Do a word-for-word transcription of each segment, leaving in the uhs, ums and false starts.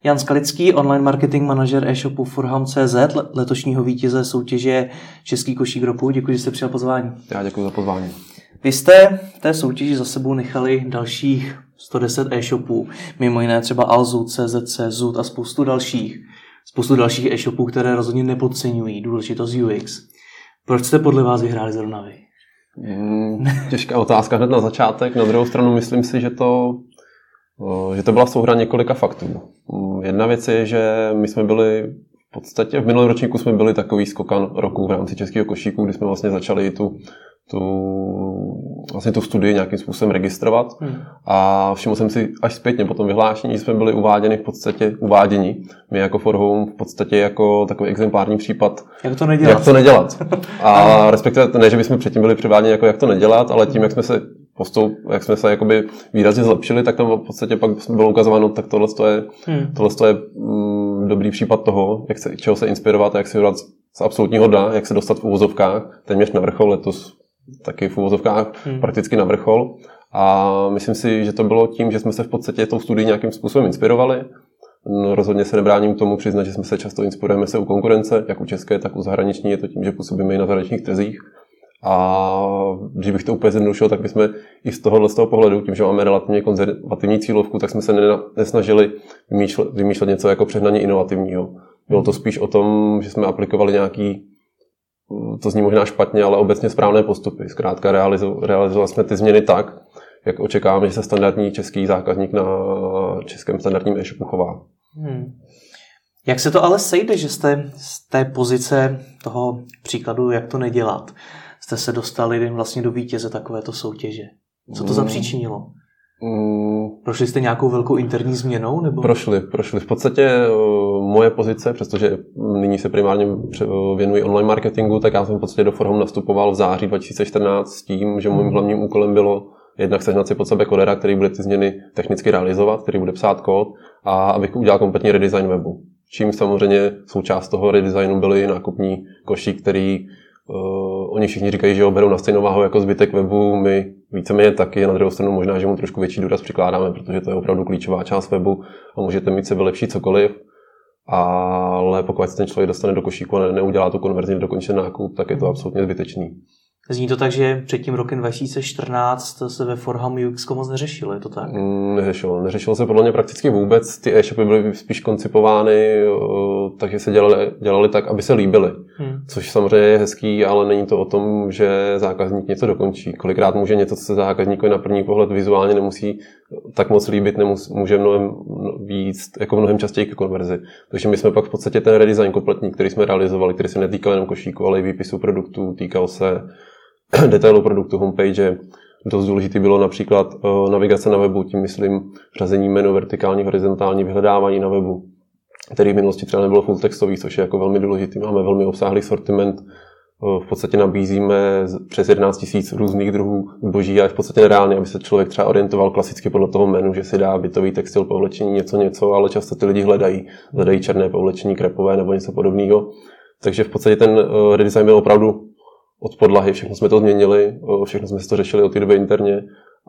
Jan Skalický, online marketing manažer e-shopu Forham tečka cé zet, letošního vítěze soutěže Český košík roku. Děkuji, že jste přijal pozvání. Já děkuji za pozvání. Vy jste v té soutěži za sebou nechali dalších sto deset e-shopů, mimo jiné třeba Alzu, C Z C, Zoot a spoustu dalších. Spoustu dalších e-shopů, které rozhodně nepodceňují důležitost U X. Proč jste podle vás vyhráli zrovna vy? Hmm, těžká otázka hned na začátek. Na druhou stranu myslím si, že to, že to byla souhra několika faktů. Jedna věc je, že my jsme byli v podstatě v minulém ročníku jsme byli takový skokan roku v rámci Českého košíku, kdy jsme vlastně začali tu, tu, vlastně tu studii nějakým způsobem registrovat. Hmm. A všiml jsem si až zpětně po tom vyhlášení, že jsme byli uváděni v podstatě uváděni. My jako Forhome v podstatě jako takový exemplární případ. Jak to nedělat. Jak to nedělat. A respektive ne, že bychom předtím byli přiváděni jako jak to nedělat, ale tím, jak jsme se postup, jak jsme se jakoby výrazně zlepšili, tak tam v podstatě pak bylo ukazováno, tak tohle je, hmm. tohle je mm, dobrý případ toho, jak se, čeho se inspirovat, jak se vybrat z absolutního dna, jak se dostat v uvozovkách, téměř na vrchol, letos taky v uvozovkách, hmm. prakticky na vrchol. A myslím si, že to bylo tím, že jsme se v podstatě tou studií nějakým způsobem inspirovali. No, rozhodně se nebráním tomu přiznat, že jsme se často inspirujeme se u konkurence, jak u české, tak u zahraniční. Je to tím, že působíme i na zahraničních trzích. A když bych to úplně zjednodušil, tak bychom i z tohohle z toho pohledu, tím, že máme relativně konzervativní cílovku, tak jsme se nesnažili vymýšlet, vymýšlet něco jako přehnaně inovativního. Bylo to spíš o tom, že jsme aplikovali nějaký, to zní možná špatně, ale obecně správné postupy. Zkrátka realizo, realizovali jsme ty změny tak, jak očekáváme, že se standardní český zákazník na českém standardním e-shopu chová. Hmm. Jak se to ale sejde, že jste z té pozice toho příkladu, jak to nedělat, jste se dostali vlastně do vítěze takovéto soutěže? Co to zapříčinilo? Mm. Prošli jste nějakou velkou interní změnou? Nebo? Prošli, prošli. V podstatě uh, moje pozice, přestože nyní se primárně věnuji online marketingu, tak já jsem v podstatě do Forhome nastupoval v září dva tisíce čtrnáct s tím, že mým hlavním úkolem bylo jednak sehnat si pod sebe kodera, který bude ty změny technicky realizovat, který bude psát kód a abych udělal kompletní redesign webu. Čím samozřejmě součást toho redesignu byly nákupní koši, který uh, oni všichni říkají, že ho berou na stejnou váhu jako zbytek webu, my víceméně taky, na druhou stranu možná, že mu trošku větší důraz přikládáme, protože to je opravdu klíčová část webu a můžete mít se vylepšit cokoliv, ale pokud se ten člověk dostane do košíku a neudělá tu konverzi na dokončený nákup, tak je to absolutně zbytečný. Zní to tak, že před tím rokem dva tisíce čtrnáct se ve Forham U X moc neřešilo, je to tak? Mm, neřešilo. Neřešilo se podle mě prakticky vůbec. Ty e-shopy byly spíš koncipovány, takže se dělali, dělali tak, aby se líbily. Hmm. Což samozřejmě je hezký, ale není to o tom, že zákazník něco dokončí. Kolikrát může něco, co se zákazníkovi na první pohled vizuálně nemusí tak moc líbit, nemus, může mnohem víc, jako mnohem častěji k konverzi. Takže my jsme pak v podstatě ten redesign kompletní, který jsme realizovali, který se netýkal jenom košíku, ale i výpisu produktů, týkal se detailu produktu, homepage. Dost důležitý bylo například uh, navigace na webu, tím myslím řazení menu, vertikální, horizontální, vyhledávání na webu, který v minulosti třeba nebylo full textový, což je jako velmi důležitý. Máme velmi obsáhlý sortiment, uh, v podstatě nabízíme přes jedenáct tisíc různých druhů zboží a je v podstatě nereálné, aby se člověk třeba orientoval klasicky podle toho menu, že si dá bytový textil, povlečení, něco, něco, ale často ty lidi hledají, hledají černé povlečení, krepové nebo něco podobného. Takže v podstatě ten uh, redesign byl opravdu od podlahy, všechno jsme to změnili, všechno jsme si to řešili od té doby interně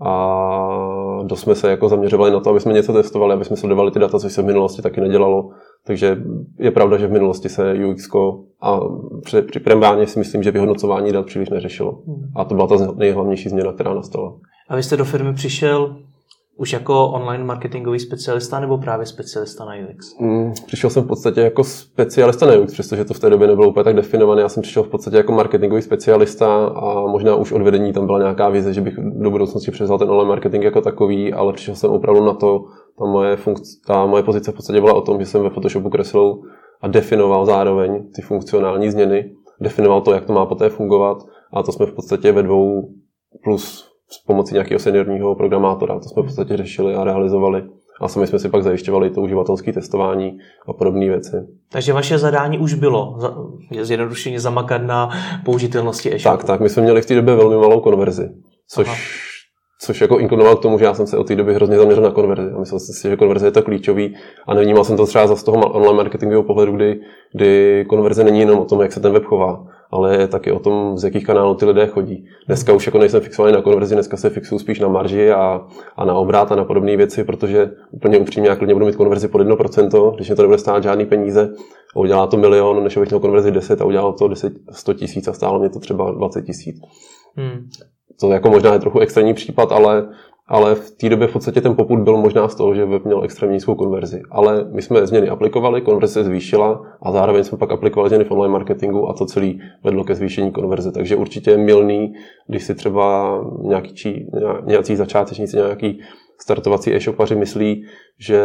a dost jsme se jako zaměřovali na to, aby jsme něco testovali, aby jsme sledovali ty data, což se v minulosti taky nedělalo. Takže je pravda, že v minulosti se U X a při, při primárně si myslím, že vyhodnocování dat příliš neřešilo. A to byla ta nejhlavnější změna, která nastala. A vy jste do firmy přišel už jako online marketingový specialista nebo právě specialista na U X? Mm, přišel jsem v podstatě jako specialista na U X, přestože to v té době nebylo úplně tak definované. Já jsem přišel v podstatě jako marketingový specialista a možná už od vedení tam byla nějaká vize, že bych do budoucnosti převzal ten online marketing jako takový, ale přišel jsem opravdu na to, ta moje, funkce, ta moje pozice v podstatě byla o tom, že jsem ve Photoshopu kreslil a definoval zároveň ty funkcionální změny, definoval to, jak to má poté fungovat a to jsme v podstatě ve dvou plus s pomocí nějakého seniorního programátora. To jsme v podstatě řešili a realizovali. A sami jsme si pak zajišťovali to uživatelské testování a podobné věci. Takže vaše zadání už bylo zjednodušeně zamakat na použitelnosti e-shopu. Tak, tak. My jsme měli v té době velmi malou konverzi, což, což jako inklinovalo k tomu, že já jsem se od té doby hrozně zaměřil na konverzi. A myslel jsem si, že konverze je to klíčový a nevnímal jsem to třeba z toho online marketingového pohledu, kdy, kdy konverze není jenom o tom, jak se ten web chová, ale je taky o tom, z jakých kanálů ty lidé chodí. Dneska už jako nejsem fixovaný na konverzi, dneska se fixuju spíš na marži a, a na obrat a na podobné věci, protože úplně upřímně, jak klidně budu mít konverzi pod jedno procento, když mě to nebude stát žádný peníze, a udělá to milion, než abych měl konverzi deset a udělalo to deset, sto tisíc a stálo mě to třeba dvacet tisíc. Hmm. To jako možná je trochu extrémní případ, ale ale v té době v podstatě ten popud byl možná z toho, že web měl extrémně nízkou konverzi. Ale my jsme změny aplikovali, konverze se zvýšila a zároveň jsme pak aplikovali změny v online marketingu a to celé vedlo ke zvýšení konverze. Takže určitě je mylný, když si třeba nějaký, či, nějací začátečníci, nějaký startovací e-shopaři myslí, že,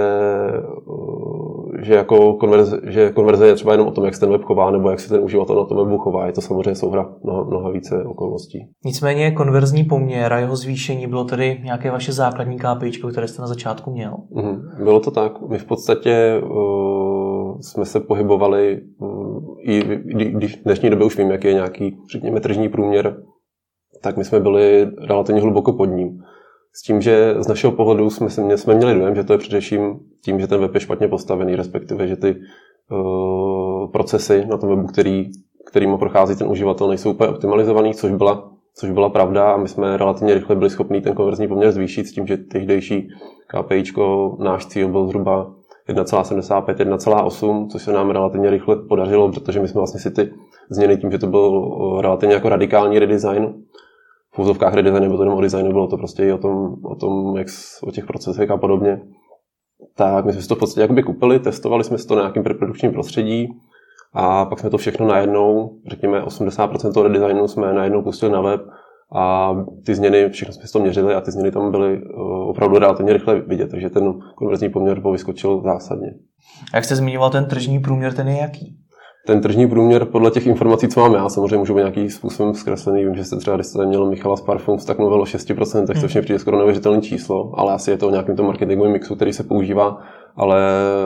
že, jako konverze, že konverze je třeba jenom o tom, jak se ten web chová, nebo jak se ten uživatel na tom webu chová. Je to samozřejmě souhra mnoha, mnoha více okolností. Nicméně konverzní poměr a jeho zvýšení bylo tedy nějaké vaše základní KPIčko, které jste na začátku měl? Mm, bylo to tak. My v podstatě uh, jsme se pohybovali, uh, i když v dnešní době už vím, jaký je nějaký, řekněme, tržní průměr, tak my jsme byli relativně hluboko pod ním. S tím, že z našeho pohledu jsme, jsme měli dojem, že to je především tím, že ten web je špatně postavený, respektive, že ty uh, procesy na tom webu, který, kterým prochází ten uživatel, nejsou úplně optimalizovaný, což byla, což byla pravda a my jsme relativně rychle byli schopni ten konverzní poměr zvýšit s tím, že tehdejší KPIčko, náš cíl byl zhruba jedna celá sedmdesát pět, jedna celá osm, což se nám relativně rychle podařilo, protože my jsme vlastně si ty změny tím, že to byl relativně jako radikální redesign, v úzovkách redesign, nebo to jenom o designu, bylo to prostě i o tom, o tom, jak o těch procesech a podobně. Tak my jsme si to v podstatě jakoby kupili, testovali jsme si to na nějakým preprodukčním prostředí a pak jsme to všechno najednou, řekněme osmdesát procent toho redesignu jsme najednou pustili na web a ty změny, všechno jsme si to měřili a ty změny tam byly opravdu relativně rychle vidět, takže ten konverzní poměr vyskočil zásadně. A jak jste zmiňoval ten tržní průměr, ten je jaký? Ten tržní průměr podle těch informací, co mám já, samozřejmě můžu být nějakým způsobem zkreslený. Vím, že jste třeba, když jste měl Michala z Parfums, tak mluvil o šest procent, tak to všem přijde skoro neuvěřitelné číslo, ale asi je to o nějakým tom marketingovém mixu, který se používá, ale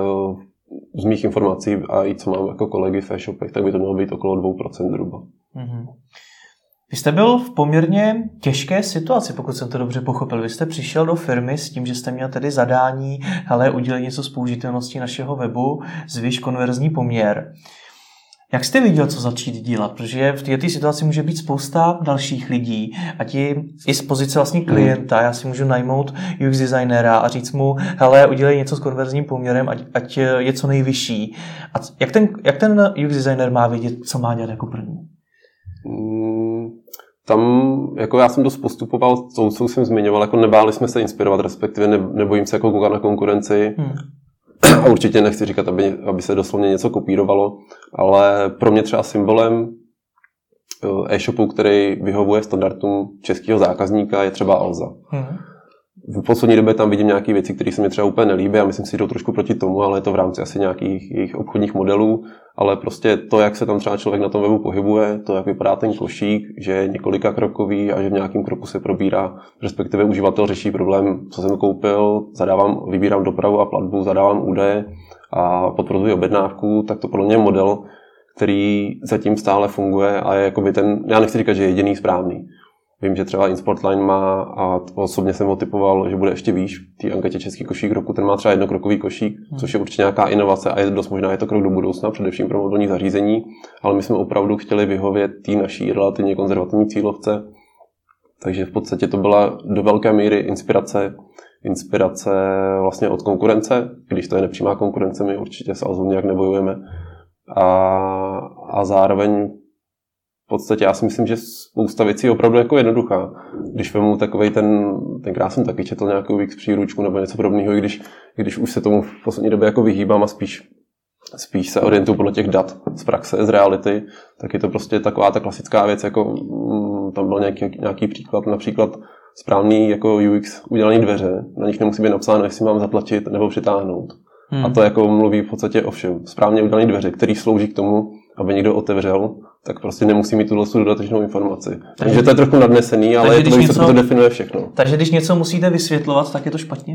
z mých informací a i co mám jako kolegy v e-shopech, tak by to mělo být okolo dvě procenta zhruba. Mm-hmm. Vy jste byl v poměrně těžké situaci, pokud jsem to dobře pochopil. Vy jste přišel do firmy s tím, že jste měl tedy zadání, hele, udělej něco z použitelnosti našeho webu, zvyš konverzní poměr. Jak jste viděl, co začít dělat? Protože v této situaci může být spousta dalších lidí, ať je i z pozice vlastně klienta. Já si můžu najmout U X designera a říct mu, hele, udělej něco s konverzním poměrem, ať, ať je co nejvyšší. A jak ten, jak ten U X designer má vědět, co má dělat jako první? Hmm, tam, jako já jsem dost postupoval, co, co jsem zmiňoval, jako nebáli jsme se inspirovat, respektive ne, nebojím se jako koukat na konkurenci. Hmm. A určitě nechci říkat, aby, aby se doslovně něco kopírovalo, ale pro mě třeba symbolem e-shopu, který vyhovuje standardům českého zákazníka, je třeba Alza. Hmm. V poslední době tam vidím nějaké věci, které se mi třeba úplně nelíbí a myslím si, že jdou trošku proti tomu, ale je to v rámci asi nějakých jejich obchodních modelů, ale prostě to, jak se tam třeba člověk na tom webu pohybuje, to, jak vypadá ten košík, že je několika krokový a že v nějakém kroku se probírá, respektive uživatel řeší problém, co jsem koupil, zadávám, vybírám dopravu a platbu, zadávám údaje a potvrzuji objednávku, tak to podle mě je model, který zatím stále funguje a je jakoby ten, já nechci říkat, že je jediný správný. Vím, že třeba InSportline má, a osobně jsem ho typoval, že bude ještě výš v té anketě Český košík roku, ten má třeba jednokrokový košík, hmm. což je určitě nějaká inovace a je dost možná je to krok do budoucna, především pro mobilní zařízení, ale my jsme opravdu chtěli vyhovět té naší relativně konzervativní cílovce, takže v podstatě to byla do velké míry inspirace, inspirace vlastně od konkurence, když to je nepřímá konkurence, my určitě s Alzou nějak nebojujeme a, a zároveň v podstatě já si myslím, že spousta věcí je opravdu jako jednoduchá. Když vemu takovej ten, tenkrát jsem taky četl nějakou U X příručku nebo něco podobného, i když, když už se tomu v poslední době jako vyhýbám a spíš, spíš se orientuju podle těch dat z praxe, z reality, tak je to prostě taková ta klasická věc, jako tam byl nějaký, nějaký příklad, například správný jako U X udělaný dveře, na nich nemusí být napsáno, jestli mám zaplatit nebo přitáhnout. Hmm. A to jako mluví v podstatě o všem. Správně udělaný dveře, který slouží k tomu, aby někdo otevřel, tak prostě nemusí mít tuhle dodatečnou informaci. Takže, takže to je trochu nadnesený, ale je to, něco, se to definuje všechno. Takže když něco musíte vysvětlovat, tak je to špatně?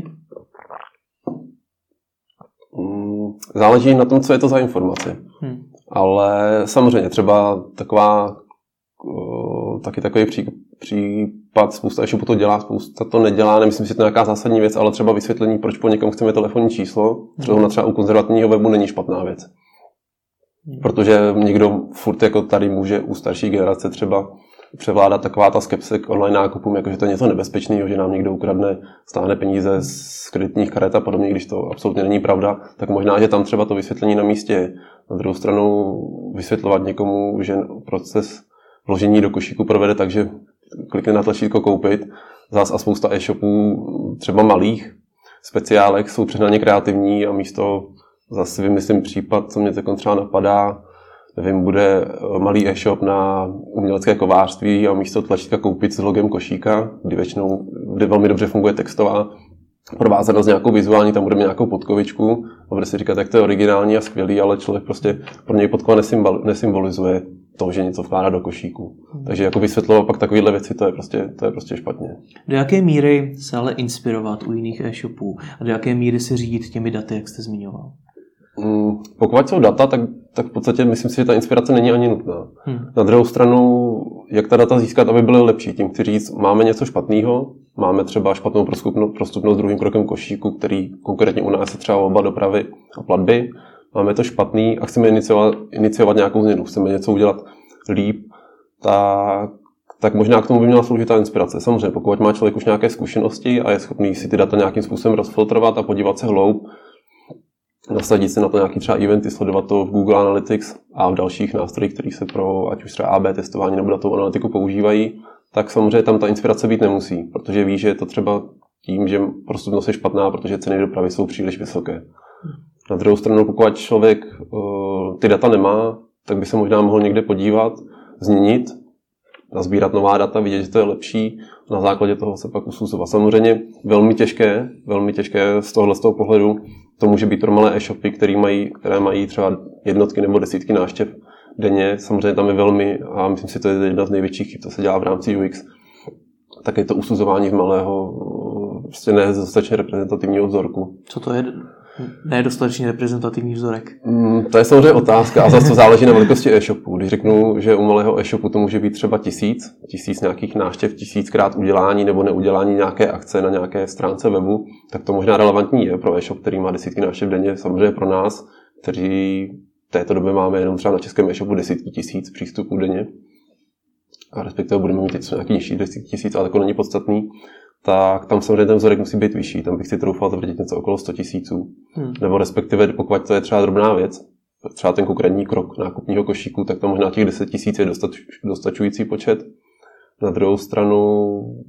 Záleží na tom, co je to za informace. Hmm. Ale samozřejmě třeba taková taky takový pří, případ, spousta e-shopů to dělá, spousta to nedělá, nemyslím si, že to je nějaká zásadní věc, ale třeba vysvětlení, proč po někom chceme telefonní číslo, třeba na třeba u konzervativního webu není špatná věc. Protože někdo furt jako tady může u starší generace třeba převládat taková ta skepse k online nákupům, jakože to je něco nebezpečného, že nám někdo ukradne, stáhne peníze z kreditních karet a podobně, když to absolutně není pravda, tak možná, že tam třeba to vysvětlení na místě je. Na druhou stranu vysvětlovat někomu, že proces vložení do košíku provede tak, že klikne na tlačítko koupit, zás a spousta e-shopů, třeba malých speciálek, jsou přehnaně kreativní a místo, zase vymyslím případ, co mě teď třeba napadá, nevím, bude malý e-shop na umělecké kovářství a místo tlačítka koupit s logem košíka, kdy většinou, kde velmi dobře funguje textová, provázena s nějakou vizuální, tam bude nějakou podkovičku a bude si říkat, jak to je originální a skvělý, ale člověk prostě pro něj podkova nesymbolizuje to, že něco vkládá do košíku. Hmm. Takže jako vysvětlovat pak takovéhle věci, to je prostě, to je prostě špatně. Do jaké míry se ale inspirovat u jiných e-shopů a do jaké míry se řídit těmi daty, jak jste zmiňoval? Hmm, pokud jsou data, tak, tak v podstatě myslím si, že ta inspirace není ani nutná. Hmm. Na druhou stranu, jak ta data získat, aby byly lepší? Tím chci říct, máme něco špatného, máme třeba špatnou prostupnost druhým krokem košíku, který konkrétně u nás je třeba oba dopravy a platby. Máme to špatný a chceme iniciovat, iniciovat nějakou změnu, chceme něco udělat líp, tak, tak možná k tomu by měla sloužit ta inspirace. Samozřejmě, pokud má člověk už nějaké zkušenosti a je schopný si ty data nějakým způsobem rozfiltrovat a podívat se hloub, nasadit si na to nějaký třeba eventy, sledovat to v Google Analytics a v dalších nástrojích, které se pro ať už třeba A B testování nebo datovou analytiku používají, tak samozřejmě tam ta inspirace být nemusí, protože ví, že je to třeba tím, že prostupnost je špatná, protože ceny dopravy jsou příliš vysoké. Na druhou stranu, pokud člověk uh, ty data nemá, tak by se možná mohl někde podívat, změnit, nazbírat nová data, vidět, že to je lepší, na základě toho se pak usuzovat. Samozřejmě velmi těžké, velmi těžké z tohohle z toho pohledu, to může být pro malé e-shopy, které mají, které mají třeba jednotky nebo desítky návštěv denně. Samozřejmě tam je velmi, a myslím si, to je jedna z největších chyb, to se dělá v rámci U X, tak je to usuzování z malého, prostě ne z dostatečně reprezentativního vzorku. Co to je? Ne dostatečně reprezentativní vzorek. Mm, to je samozřejmě otázka a zase to záleží na velikosti e-shopu. Když řeknu, že u malého e-shopu to může být třeba tisíc, tisíc nějakých návštěv, tisíckrát udělání nebo neudělání nějaké akce na nějaké stránce webu, tak to možná relevantní je pro e-shop, který má desítky návštěv denně. Samozřejmě pro nás, kteří v této době máme jenom třeba na českém e-shopu desítky tisíc přístupů denně, a respektive budeme mít něco nějaký nižší desítky tisíc, ale to není podstatný, tak tam samozřejmě ten vzorek musí být vyšší. Tam bych si troufal tvrdit něco okolo sto tisíců. Hmm. Nebo respektive, pokud to je třeba drobná věc, třeba ten konkrétní krok nákupního košíku, tak to možná těch deset tisíc je dostač, dostačující počet. Na druhou stranu,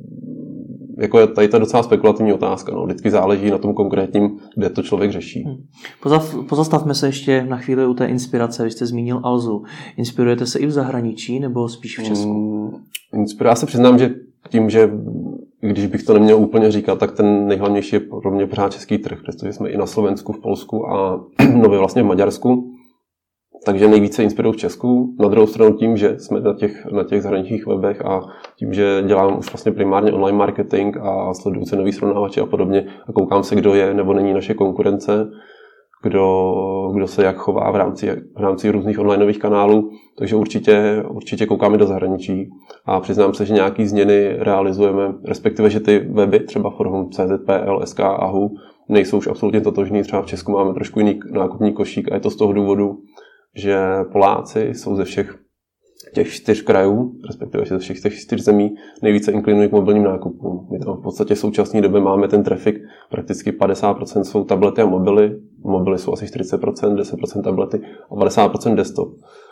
jako je tady ta docela spekulativní otázka. No. Vždycky záleží na tom konkrétním, kde to člověk řeší. Hmm. Pozav, pozastavme se ještě na chvíli u té inspirace. Vy jste zmínil Alzu. Inspirujete se i v zahraničí nebo spíš v Česku? Hmm, inspira, já se přiznám, že tím, že když bych to neměl úplně říkat, tak ten nejhlavnější je pro mě pořád český trh, protože jsme i na Slovensku, v Polsku a nově vlastně v Maďarsku. Takže nejvíce inspiruju v Česku. Na druhou stranu tím, že jsme na těch, na těch zahraničních webech a tím, že dělám už vlastně primárně online marketing a sleduju cenový srovnávače a podobně a koukám se, kdo je nebo není naše konkurence, kdo, kdo se jak chová v rámci, v rámci různých onlineových kanálů. Takže určitě, určitě koukáme do zahraničí a přiznám se, že nějaký změny realizujeme, respektive, že ty weby, třeba Forhome, C Z P L, S K, Ahu, nejsou už absolutně totožný. Třeba v Česku máme trošku jiný nákupní košík a je to z toho důvodu, že Poláci jsou ze všech těch čtyř krajů, respektive ze všech těch čtyř zemí, nejvíce inklinují k mobilním nákupům. My tam v podstatě v současné době máme ten trafik, prakticky padesát procent jsou tablety a mobily, mobily jsou asi čtyřicet procent, deset procent tablety a padesát procent desktop.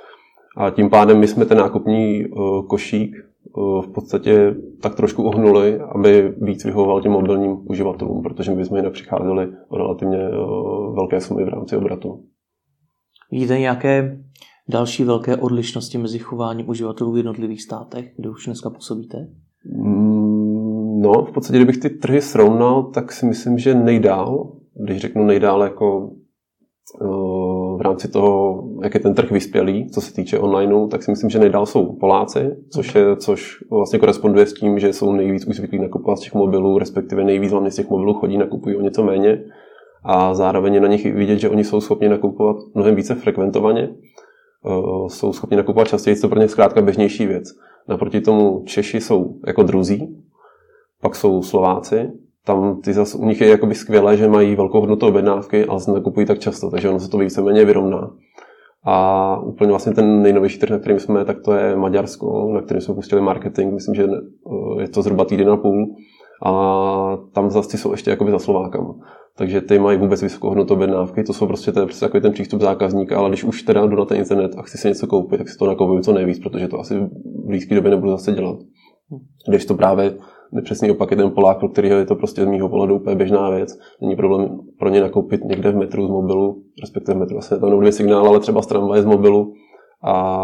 A tím pádem my jsme ten nákupní uh, košík uh, v podstatě tak trošku ohnuli, aby víc vyhovoval těm mobilním uživatelům, protože my bychom jinak přicházeli o relativně uh, velké sumy v rámci obratu. Vidíte nějaké další velké odlišnosti mezi chováním uživatelů v jednotlivých státech, kde už dneska působíte? No, v podstatě, kdybych ty trhy srovnal, tak si myslím, že nejdál, když řeknu nejdál jako v rámci toho, jak je ten trh vyspělý, co se týče onlineu, tak si myslím, že nejdál jsou Poláci, což, je, což vlastně koresponduje s tím, že jsou nejvíc už zvyklí nakupovat z těch mobilů, respektive nejvíc hlavně z těch mobilů chodí, nakupují o něco méně a zároveň je na nich vidět, že oni jsou schopni nakupovat mnohem více frekventovaně, jsou schopni nakupovat častěji, to pro ně zkrátka běžnější věc. Naproti tomu Češi jsou jako druzí, pak jsou Slováci, tam ty zase u nich je jakoby skvělé, že mají velkou hodnotu objednávky, ale se nakupují tak často, takže ono se to víceméně vyrovná. A úplně vlastně ten nejnovější trh, na kterým jsme, tak to je Maďarsko, na kterém jsme pustili marketing. Myslím, že je to zhruba týden a půl. A tam zase jsou ještě jakoby za Slovákama. Takže ty mají vůbec vysokou hodnotu objednávky. To jsou prostě, to je prostě takový ten přístup zákazníka, ale když už teda jdu na ten internet a chci si něco koupit, tak si to nakoupím co nejvíc, protože to asi v blízké době nebudu zase dělat. Když to právě nepřesný opak je ten Polák, pro kterého je to prostě z mýho pohledu úplně běžná věc. Není problém pro ně nakoupit někde v metru z mobilu, respektive v metru vlastně tam dvě signály, ale třeba z tramvaje z mobilu. A,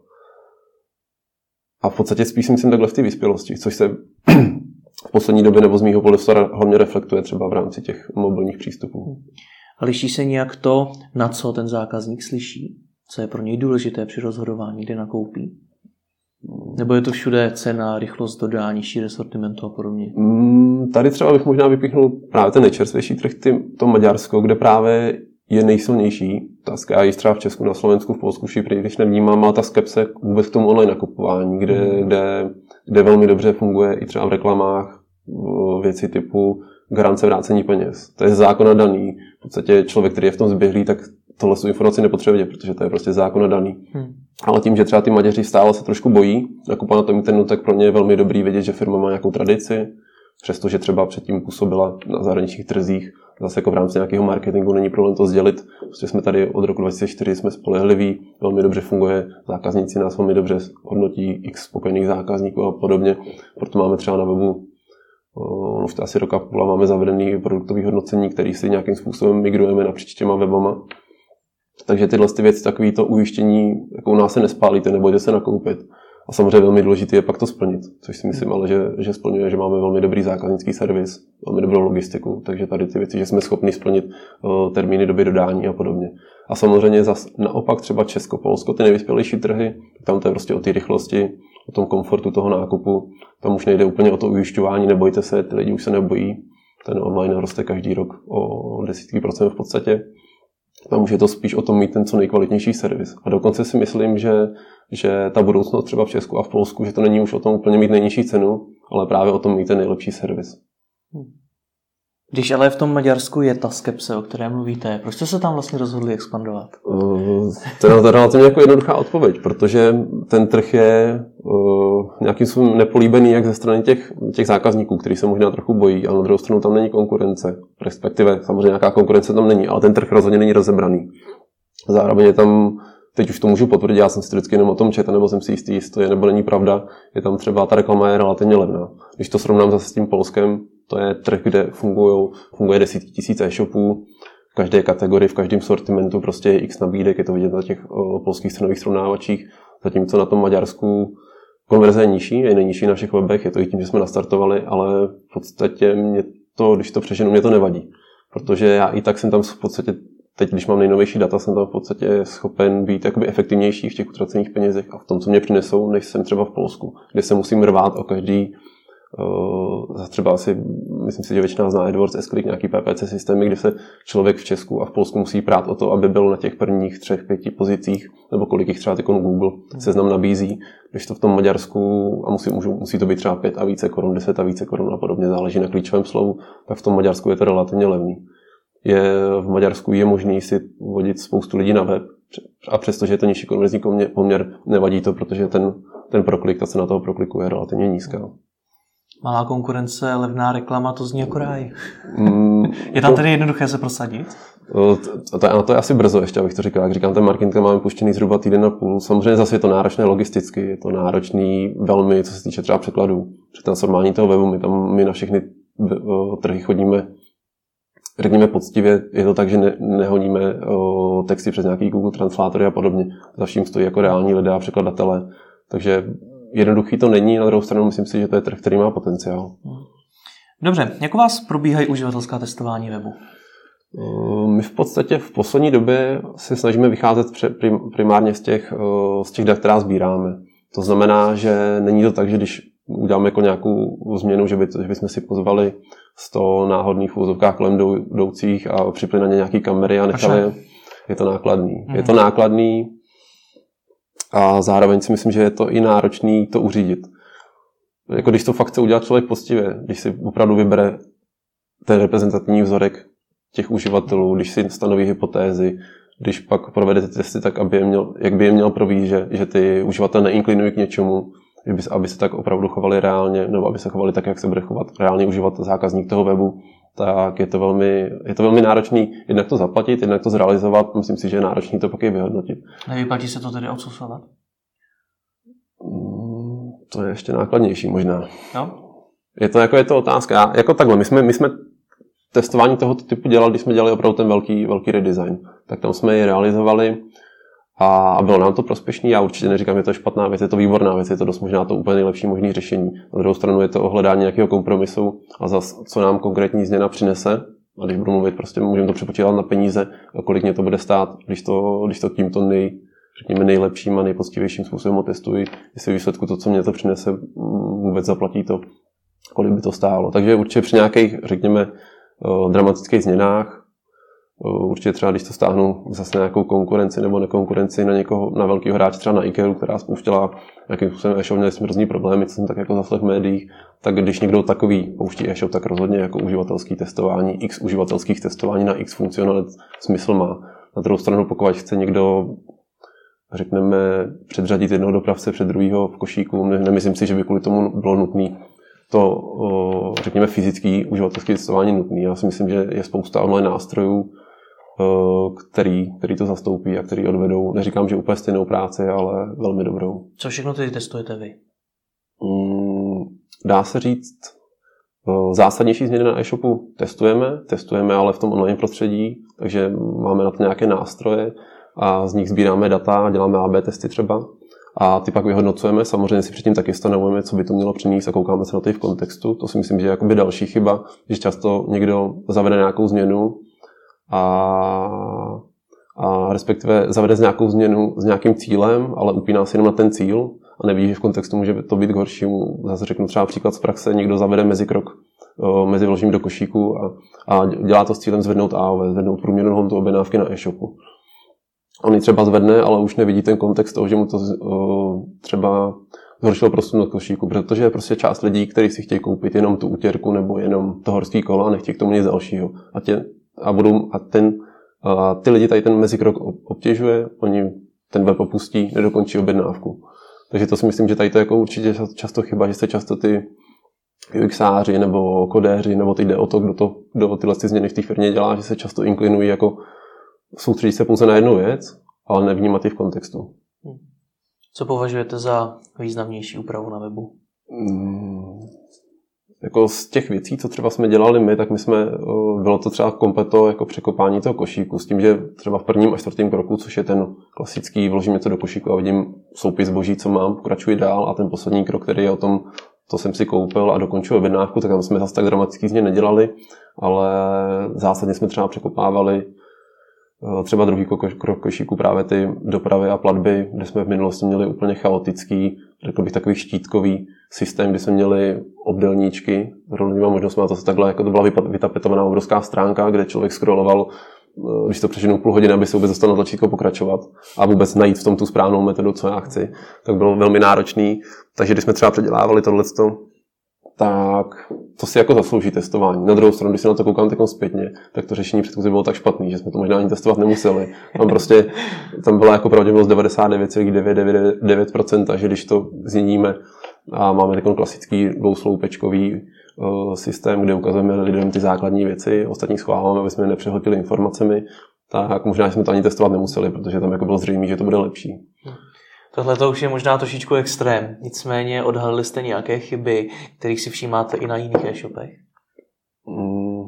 a v podstatě spíš myslím takhle v té vyspělosti, což se v poslední době nebo z mýho pohledu hlavně reflektuje třeba v rámci těch mobilních přístupů. A liší se nějak to, na co ten zákazník slyší? Co je pro něj důležité při rozhodování, kde nakoupí? Nebo je to všude cena, rychlost dodání, nižší resortimentu a podobně? Tady třeba bych možná vypíchnul právě ten nejčerstvější trh, to Maďarsko, kde právě je nejsilnější. Ta já ji třeba v Česku, na Slovensku, v Polsku šipry, když nevnímám, ale ta skepse vůbec k tomu online nakupování, kde, hmm. kde, kde velmi dobře funguje i třeba v reklamách věci typu garance vrácení peněz. To je zákona daný. V podstatě člověk, který je v tom zběhlý, tak tohle tu informaci nepotřebuje, protože to je prostě zákona daný. Hmm. Ale tím, že třeba ty Maďaři stále se trošku bojí nakupovat na tom internetu, tak pro ně je velmi dobrý vědět, že firma má nějakou tradici, přestože třeba předtím působila na zahraničních trzích, zase jako v rámci nějakého marketingu není problém to sdělit. Prostě jsme tady od roku dva tisíce čtyři, jsme spolehliví, velmi dobře funguje, zákazníci nás velmi dobře hodnotí, x spokojených zákazníků a podobně. Proto máme třeba na webu no, v asi roka půl máme zavedený produktový hodnocení, který si nějakým způsobem migrujeme napříč těma webama. Takže tyhle ty věci, takový to ujištění, jako u nás se nespálíte, nebojte se nakoupit. A samozřejmě velmi důležité je pak to splnit, což si myslím, ale že, že splňuje, že máme velmi dobrý zákaznický servis, velmi dobrou logistiku, takže tady ty věci, že jsme schopni splnit uh, termíny doby dodání a podobně. A samozřejmě zas naopak třeba Česko, Polsko, ty nejvyspělejší trhy, tam to je prostě o té rychlosti, o tom komfortu toho nákupu, tam už nejde úplně o to ujišťování, nebojte se, ty lidi už se nebojí, ten online roste každý rok o desítky procent v podstatě. Tam už je to spíš o tom mít ten co nejkvalitnější servis. A dokonce si myslím, že, že ta budoucnost třeba v Česku a v Polsku, že to není už o tom úplně mít nejnižší cenu, ale právě o tom mít ten nejlepší servis. Když ale v tom Maďarsku je ta skepse, o které mluvíte, proč jste se tam vlastně rozhodli expandovat? Uh, to je relativně jako jednoduchá odpověď, protože ten trh je uh, nějakým způsobem nepolíbený jak ze strany těch, těch zákazníků, kteří se možná trochu bojí, ale na druhou stranu tam není konkurence. Respektive samozřejmě nějaká konkurence tam není, ale ten trh rozhodně není rozebraný. Zároveň je tam, teď už to můžu potvrdit, já jsem si vždycky jenom o tom četl, nebo jsem si jistý, jestli to je nebo není pravda, je tam třeba ta reklama je relativně levná. Když to srovnám zase s tím Polskem, to je trh, kde fungujou, funguje desítky tisíc e-shopů, v každé kategorii, v každém sortimentu prostě je x nabídek, je to vidět na těch o, polských cenových srovnávačích, zatímco na tom Maďarsku konverze je nižší, je nejnižší na všech webech, je to i tím, že jsme nastartovali, ale v podstatě mě to, když to přeženu, mě to nevadí, protože já i tak jsem tam v podstatě, teď když mám nejnovější data, jsem tam v podstatě schopen být jakoby efektivnější v těch utracených penězích a v tom, co mě přinesou, než jsem třeba v Polsku, kde se musím rvát o každý. Uh, třeba asi, myslím si, že většina zná AdWords, S-Click, nějaký P P C systémy, kdy se člověk v Česku a v Polsku musí prát o to, aby byl na těch prvních třech, pěti pozicích, nebo kolik jich třeba tyko Google seznam nabízí, když to v tom Maďarsku, a musí, můžu, musí to být třeba pět a více korun, deset a více korun a podobně, záleží na klíčovém slovu, tak v tom Maďarsku je to relativně levný. Je, v Maďarsku je možný si vodit spoustu lidí na web a přestože je to nižší konverzní poměr, nevadí to, protože ten, ten proklik, ta cena toho prokliku je relativně nízká. Malá konkurence, levná reklama, to zní jako ráj. Mm, je tam to, tedy jednoduché se prosadit? To, to, to, to je asi brzo ještě, abych to říkal. Jak říkám, ten marketing máme puštěný zhruba týden a půl. Samozřejmě zase je to náročné logisticky, je to náročný velmi, co se týče třeba překladů. Při transformování toho webu, my tam my na všechny trhy chodíme, řekněme poctivě, je to tak, že ne, nehoníme o, texty přes nějaký Google translátory a podobně. Za vším stojí jako reální lidé a překladatelé. Takže jednoduchý to není, na druhou stranu myslím si, že to je trh, který má potenciál. Dobře, jak u vás probíhají uživatelská testování webu? My v podstatě v poslední době se snažíme vycházet primárně z těch, z těch dat, která sbíráme. To znamená, že není to tak, že když uděláme jako nějakou změnu, že, by, že bychom si pozvali sto náhodných v úzovkách kolem jdoucích a připli na ně nějaký kamery a nechali, je to nákladný. Mm. Je to nákladný, a zároveň si myslím, že je to i náročný to uřídit. Jako když to fakt chce udělat člověk poctivě, když si opravdu vybere ten reprezentativní vzorek těch uživatelů, když si stanoví hypotézy, když pak provede ty testy tak, aby je měl, jak by je měl provést, že, že ty uživatelé neinklinují k něčemu, aby se tak opravdu chovali reálně, nebo aby se chovali tak, jak se bude chovat reálně uživatel, zákazník toho webu, tak je to velmi, je to velmi náročný jednak to zaplatit, jednak to zrealizovat. Myslím si, že je náročný to pak i vyhodnotit. Nevyplatí se to tedy outsourcovat? To je ještě nákladnější možná. No? Je to jako je to otázka. Já, jako takhle, my jsme, my jsme testování tohoto typu dělali, když jsme dělali opravdu ten velký, velký redesign. Tak tam jsme je realizovali a bylo nám to prospěšný. Já určitě neříkám, že je to špatná věc, je to výborná věc, je to dost možná to úplně nejlepší možný řešení. Na druhou stranu je to o hledání nějakého kompromisu a zas, co nám konkrétní změna přinese. A když budu mluvit, prostě můžeme to přepočítat na peníze, a kolik mě to bude stát, když to, když to tímto nej, řekněme, nejlepším a nejpoctivějším způsobem otestuji, jestli výsledku to, co mě to přinese, vůbec zaplatí to, kolik by to stálo. Takže určitě při nějakých, řekněme, dramatických změnách, určitě třeba, když to stáhnu zase nějakou konkurenci nebo nekonkurenci na někoho, na velkého hráče, třeba na IKEA, která spouštěla nějakým způsobem e-shop, měli jsme různý problémy, co jsem tak jako zaslech v médiích, tak když někdo takový pouští e-shop, tak rozhodně jako uživatelský testování, x uživatelských testování na x funkcionalit smysl má. Na druhou stranu, pokud chce někdo, řekneme, předřadit jednoho dopravce před druhýho v košíku, nemyslím si, že by kvůli tomu bylo nutné to, řekněme, fyzický uživatelský testování nutný. Já si myslím, že je spousta online nástrojů, který, který to zastoupí a který odvedou, neříkám, že úplně stejnou práci, ale velmi dobrou. Co všechno tedy testujete vy? Dá se říct, zásadnější změny na e-shopu testujeme, testujeme ale v tom online prostředí, takže máme na to nějaké nástroje a z nich sbíráme data, děláme A B testy třeba a ty pak vyhodnocujeme. Samozřejmě si předtím taky stanovujeme, co by to mělo přinést a koukáme se na to i v kontextu. To si myslím, že je jakoby další chyba, že často někdo zavede nějakou změnu a, a respektive zavede s nějakou změnu s nějakým cílem, ale upíná se jenom na ten cíl a neví, že v kontextu může to být k horšímu. Zase řeknu třeba příklad z praxe, někdo zavede mezikrok mezi vložením do košíku a, a dělá to s cílem zvednout A O V, zvednout průměrnou hodnotu objednávky na e-shopu. On ji třeba zvedne, ale už nevidí ten kontext toho, že mu to uh, třeba zhoršilo prostě na košíku, protože je prostě část lidí, kteří si chtějí koupit jenom tu utěrku nebo jenom to horský kolo a nechtějí k tomu nic dalšího. A, tě, a, budou, a ten, a ty lidi tady ten mezikrok obtěžuje, oni ten web opustí, nedokončí objednávku. Takže to si myslím, že tady to je jako určitě často chyba, že se často ty UXáři nebo kodéři, nebo teď jde o to, kdo, to, kdo tyhle změny v té firmě dělá, že se často inklinují jako soustředit se pouze na jednu věc, ale nevnímat ji v kontextu. Co považujete za významnější úpravu na webu? Hmm, jako z těch věcí, co třeba jsme dělali my, tak my jsme, bylo to třeba kompleto jako překopání toho košíku, s tím, že třeba v prvním a čtvrtém kroku, což je ten klasický, vložím něco do košíku a vidím soupis zboží, co mám, pokračuji dál a ten poslední krok, který je o tom, to jsem si koupil a dokončuji objednávku, tak tam jsme zase tak dramatický změn nedělali, ale zásadně jsme třeba překopávali třeba druhý krok košíku právě ty dopravy a platby, kde jsme v minulosti měli úplně chaotický, řekl bych takový štítkový systém, kde jsme měli obdelníčky, rovnýma možnostmi, a to se takhle, jako to byla vytapetovaná obrovská stránka, kde člověk scrolloval, když to přeženu půl hodiny, aby se vůbec dostal na tlačítko pokračovat a vůbec najít v tom tu správnou metodu, co já chci, tak bylo velmi náročný. Takže když jsme třeba předělávali tohleto, tak to si jako zaslouží testování. Na druhou stranu, když se na to koukám teď zpětně, tak to řešení předchozí bylo tak špatný, že jsme to možná ani testovat nemuseli. Tam prostě, tam byla jako pravděpodobnost devadesát devět celá devět devět devět procent, že když to změníme a máme takový klasický dvousloupečkový uh, systém, kde ukazujeme lidem ty základní věci, ostatní schováváme, aby jsme je nepřehltili informacemi, tak možná jsme to ani testovat nemuseli, protože tam jako bylo zřejmé, že to bude lepší. Tohle to už je možná trošičku extrém, nicméně odhalili jste nějaké chyby, kterých si všímáte i na jiných e-shopech? Mm,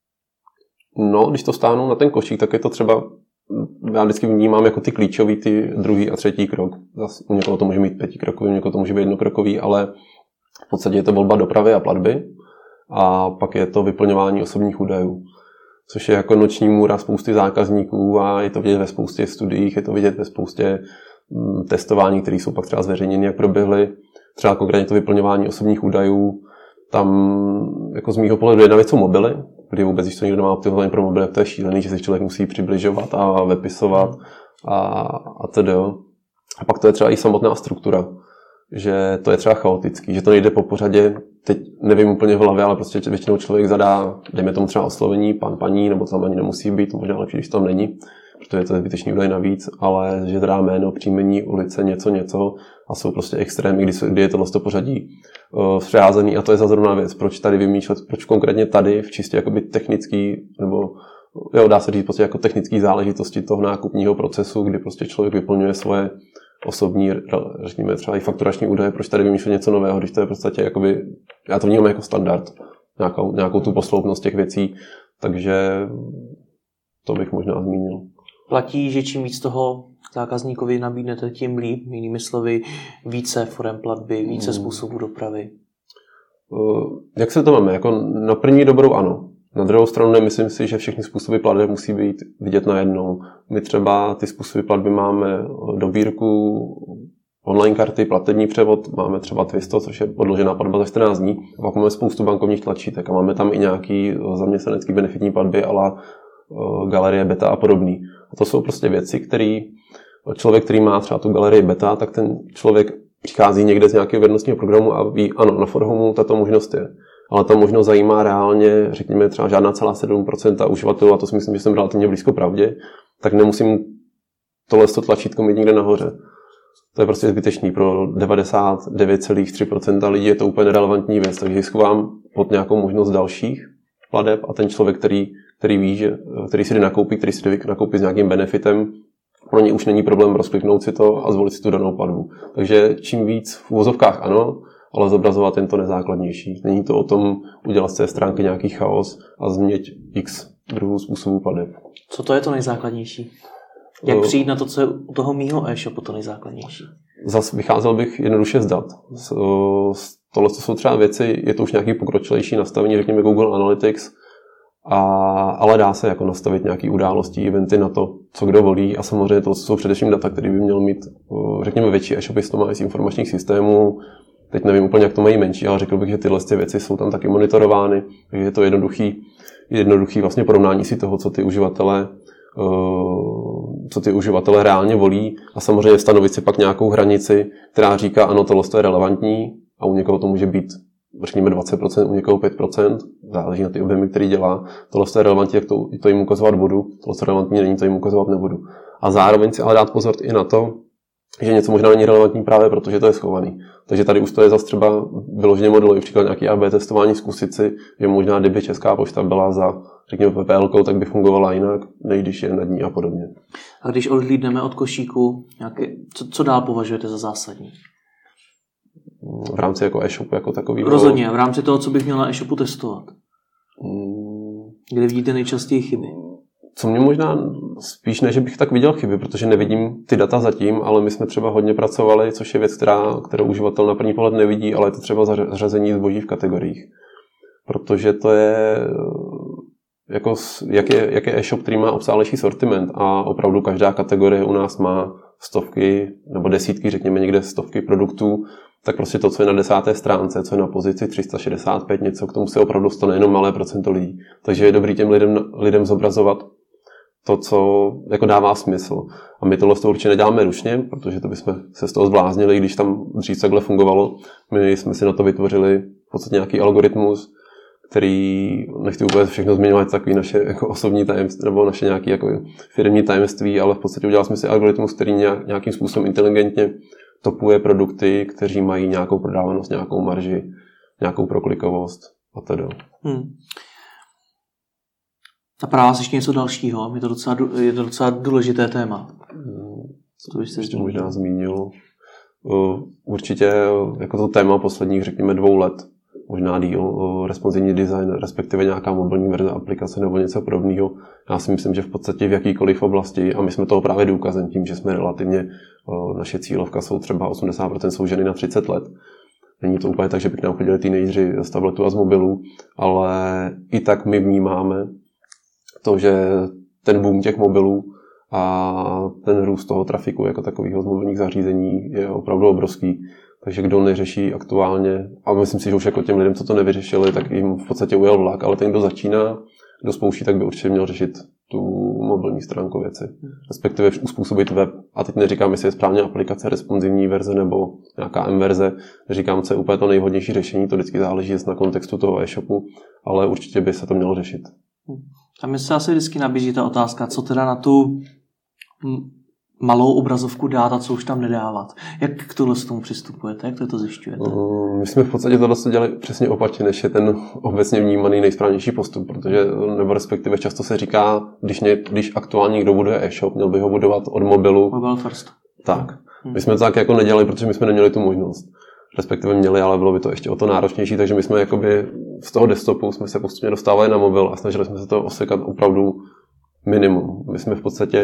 no, když to stáhnu na ten košík, tak je to třeba, já vždycky vnímám jako ty klíčový, ty druhý a třetí krok. Zas u někoho to může být pětikrokový, u někoho to může být jednokrokový, ale v podstatě je to volba dopravy a platby a pak je to vyplňování osobních údajů, což je jako noční můra spousty zákazníků a je to vidět ve spoustě studiích, je to vidět ve spoustě testování, které jsou pak třeba zveřejněny, jak proběhly. Třeba konkrétně to vyplňování osobních údajů. Tam jako z mýho pohledu jedna věc jsou mobily, kdy vůbec, když to někdo má optimalizovaný pro mobily, to je šílený, že se člověk musí přibližovat a vypisovat a, a tedy. A pak to je třeba i samotná struktura, že to je třeba chaotický, že to nejde po pořadě, teď nevím úplně v hlavě, ale prostě většinou člověk zadá, dejme tomu třeba oslovení, pan, paní, nebo to tam ani nemusí být, možná lepší, když to tam není, protože to je zbytečný údaj navíc, ale že dá jméno, příjmení, ulice, něco, něco a jsou prostě extrémy, kdy, kdy je tohle pořadí uh, přeházený a to je za zrovna věc. Proč tady vymýšlet, proč konkrétně tady v čistě jakoby technický, nebo jo, dá se říct prostě jako technické záležitosti toho nákupního procesu, kdy prostě člověk vyplňuje svoje osobní, řekněme třeba i fakturační údaje, proč tady vymýšlet něco nového, když to je v podstatě jakoby, já to vnímám jako standard, nějakou, nějakou tu posloupnost těch věcí, takže to bych možná zmínil. Platí, že čím víc toho zákazníkovi nabídnete, tím líp, jinými slovy, více forem platby, více způsobů dopravy. Jak se to máme? Jako na první dobrou ano. Na druhou stranu nemyslím si, že všechny způsoby platby musí být vidět najednou. My třeba ty způsoby platby máme dobírku, online karty, platební převod, máme třeba Twisto, což je odložená platba za čtrnáct dní. A pak máme spoustu bankovních tlačítek a máme tam i nějaký zaměstnanecký benefitní platby ala galerie beta a podobný. A to jsou prostě věci, které člověk, který má třeba tu galerii beta, tak ten člověk přichází někde z nějakého věrnostního programu a ví, ano, na Forhomu tato možnost je. Ale ta možnost zajímá reálně, řekněme třeba žádná celá sedm procent uživatelů, a to si myslím, že jsem relativně blízko pravdě, tak nemusím tohle tlačítko mít někde nahoře. To je prostě zbytečný. Pro devadesát devět celá tři procenta lidí je to úplně nerelevantní věc, takže schovám pod nějakou možnost dalších plateb a ten člověk, který, který ví, že, který si jde nakoupit, který si jde nakoupit s nějakým benefitem, pro ně už není problém rozkliknout si to a zvolit si tu danou platbu. Takže čím víc v uvozovkách ano, ale zobrazovat jen to nezákladnější. Není to o tom udělat z té stránky nějaký chaos a změnit x druhů způsobů plateb. Co to je to nejzákladnější? Jak uh, přijít na to, co je u toho mýho e-shopu to nejzákladnější? Zas vycházel bych jednoduše z dat. Tohle jsou třeba věci, je to už nějaký pokročilejší nastavení, řekněme Google Analytics, a, ale dá se jako nastavit nějaké události, eventy na to, co kdo volí a samozřejmě to jsou především data, které by měl mít, řekněme, větší e-shopy, to má z informačních systémů. Teď nevím úplně, jak to mají menší, ale řekl bych, že tyhle věci jsou tam taky monitorovány, takže je to jednoduchý, jednoduchý vlastně porovnání si toho, co ty uživatelé, co ty uživatelé reálně volí a samozřejmě stanovit si pak nějakou hranici, která říká, ano, tohle je relevantní a u někoho to může být, řekněme, dvacet procent, u někoho pět procent, záleží na ty objemy, který dělá. Tohle je relevantní, jak to, to jim ukazovat budu, tohle je relevantní, není, to jim ukazovat nebudu. A zároveň si ale dát pozor i na to, že něco možná není relevantní právě protože to je schovaný. Takže tady už to je zase třeba vyloženě modelový příklad nějaký A B testování, zkusit si, že možná kdyby Česká pošta byla za, řekněme, P P L, tak by fungovala jinak, než když je nad ní a podobně. A když odhlídneme od košíku, nějaké, co, co dál považujete za zásadní? V rámci jako e-shopu jako takový. Rozhodně, v rámci toho, co bych měl na e-shopu testovat. Kde vidíte nejčastěji chyby? Co mě možná spíš ne, že bych tak viděl chyby, protože nevidím ty data zatím, ale my jsme třeba hodně pracovali, což je věc, která, kterou uživatel na první pohled nevidí, ale je to třeba zařazení zboží v kategoriích. Protože to je, jako, jak je, jak je e-shop, který má obsáhlejší sortiment a opravdu každá kategorie u nás má stovky nebo desítky, řekněme někde stovky produktů, tak prostě to, co je na desáté stránce, co je na pozici tři sta šedesát pět, něco k tomu se opravdu dostane jenom malé procento lidí. Takže je dobrý těm lidem, lidem zobrazovat to, co jako dává smysl. A my tohle určitě neděláme ručně, protože to bychom se z toho zbláznili, když tam dřív takhle fungovalo. My jsme si na to vytvořili v podstatě nějaký algoritmus, který, nechci úplně všechno zmiňovat, takový naše jako osobní tajemství nebo naše nějaké jako firmní tajemství, ale v podstatě udělali jsme si algoritmus, který nějakým způsobem inteligentně topuje produkty, kteří mají nějakou prodávanost, nějakou marži, nějakou proklikovost a tedy. Hmm. A pro vás ještě něco dalšího? Je to docela, je to docela důležité téma. Hmm. Co to byste ještě možná zmínil? Určitě jako to téma posledních, řekněme, dvou let, možná díl, responsivní design, respektive nějaká mobilní verze aplikace nebo něco podobného. Já si myslím, že v podstatě v jakýkoliv oblasti, a my jsme toho právě důkazem tím, že jsme relativně, naše cílovka jsou třeba osmdesát procent jsou ženy na třicet let. Není to úplně tak, že by k nám chodili teenageři z tabletu a z mobilů, ale i tak my vnímáme to, že ten boom těch mobilů a ten růst toho trafiku jako takového z mobilních zařízení je opravdu obrovský. Takže kdo neřeší aktuálně, a myslím si, že už jako těm lidem, co to nevyřešili, tak jim v podstatě ujel vlak, ale ten, kdo začíná, kdo spouští, tak by určitě měl řešit tu mobilní stránku věci. Respektive uspůsobit web. A teď neříkám, jestli je správně aplikace, responsivní verze nebo nějaká M verze. Neříkám, co je úplně to nejvhodnější řešení, to vždycky záleží na kontextu toho e-shopu, ale určitě by se to mělo řešit. A mi se asi vždycky nabízí ta otázka, co teda na tu malou obrazovku dát a co už tam nedávat. Jak k tohle s tomu přistupujete? Jak to, to zjišťujete? My jsme v podstatě tohle dělali přesně opačně, než je ten obecně vnímaný nejsprávnější postup, protože, nebo respektive často se říká, když, ně, když aktuálně někdo buduje e-shop, měl by ho budovat od mobilu. Mobile first. Tak. My jsme to tak jako nedělali, protože my jsme neměli tu možnost. Respektive měli, ale bylo by to ještě o to náročnější, takže my jsme jakoby z toho desktopu jsme se postupně dostávali na mobil a snažili jsme se to osekat opravdu minimum. My jsme v podstatě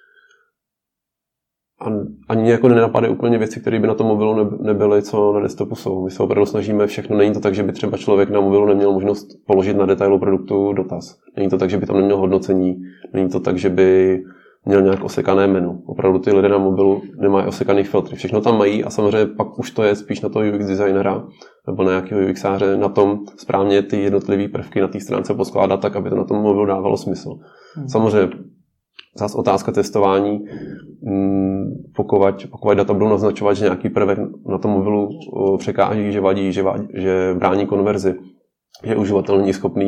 ani jako nenapadají úplně věci, které by na tom mobilu nebyly, co na desktopu jsou. My se opravdu snažíme všechno. Není to tak, že by třeba člověk na mobilu neměl možnost položit na detailu produktu dotaz. Není to tak, že by tam neměl hodnocení. Není to tak, že by měl nějak osekané menu. Opravdu ty lidé na mobilu nemají osekaný filtry. Všechno tam mají a samozřejmě pak už to je spíš na toho U X designera nebo na nějakého UXáře na tom správně ty jednotlivé prvky na té stránce poskládat tak, aby to na tom mobilu dávalo smysl. Hmm. Samozřejmě zase otázka testování, pokud, pokud data budou naznačovat, že nějaký prvek na tom mobilu překáží, že vadí, že, vadí, že brání konverzi, že uživatel není schopný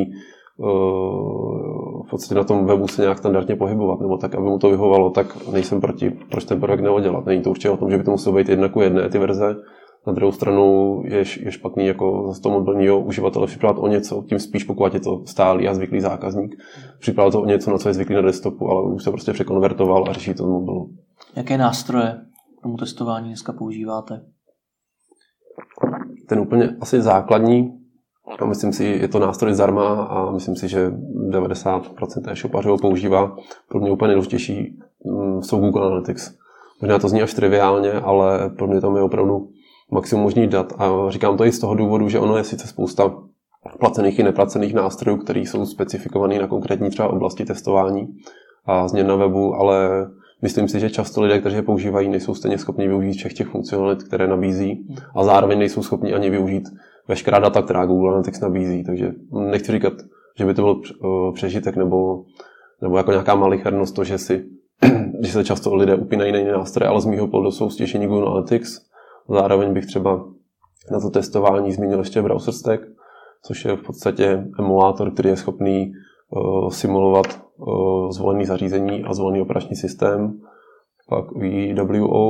v podstatě na tom webu se nějak standardně pohybovat, nebo tak, aby mu to vyhovalo, tak nejsem proti, proč ten prvek neodělat. Není to určitě o tom, že by to muselo být jedna ku jedné ty verze. Na druhou stranu je, je špatný jako z toho mobilního uživatele připravovat o něco, tím spíš pokud je to stálý a zvyklý zákazník. Připravovat to o něco, na co je zvyklý na desktopu, ale už se prostě překonvertoval a řeší to v mobilu. Jaké nástroje k tomu testování dneska používáte? Ten úplně asi základní, a myslím si, je to nástroj zdarma a myslím si, že devadesát procent e-shopařů ho používá. Pro mě úplně nejdůležitější jsou Google Analytics. Možná to zní až triviálně, ale pro mě tam je opravdu maximum možných dat. A říkám to i z toho důvodu, že ono je sice spousta placených i neplacených nástrojů, které jsou specifikované na konkrétní třeba oblasti testování a změn na webu, ale myslím si, že často lidé, kteří je používají, nejsou stejně schopni využít všech těch funkcionalit, které nabízí a zároveň nejsou schopni ani využít veškerá data, která Google Analytics nabízí. Takže nechci říkat, že by to byl přežitek nebo, nebo jako nějaká malichernost to, že, si, že se často lidé upínají na jiné nástroje, ale z mýho pohledu jsou stěžení Google Analytics. Zároveň bych třeba na to testování zmínil ještě Browser Stack, což je v podstatě emulátor, který je schopný uh, simulovat uh, zvolený zařízení a zvolený operační systém. Pak V W O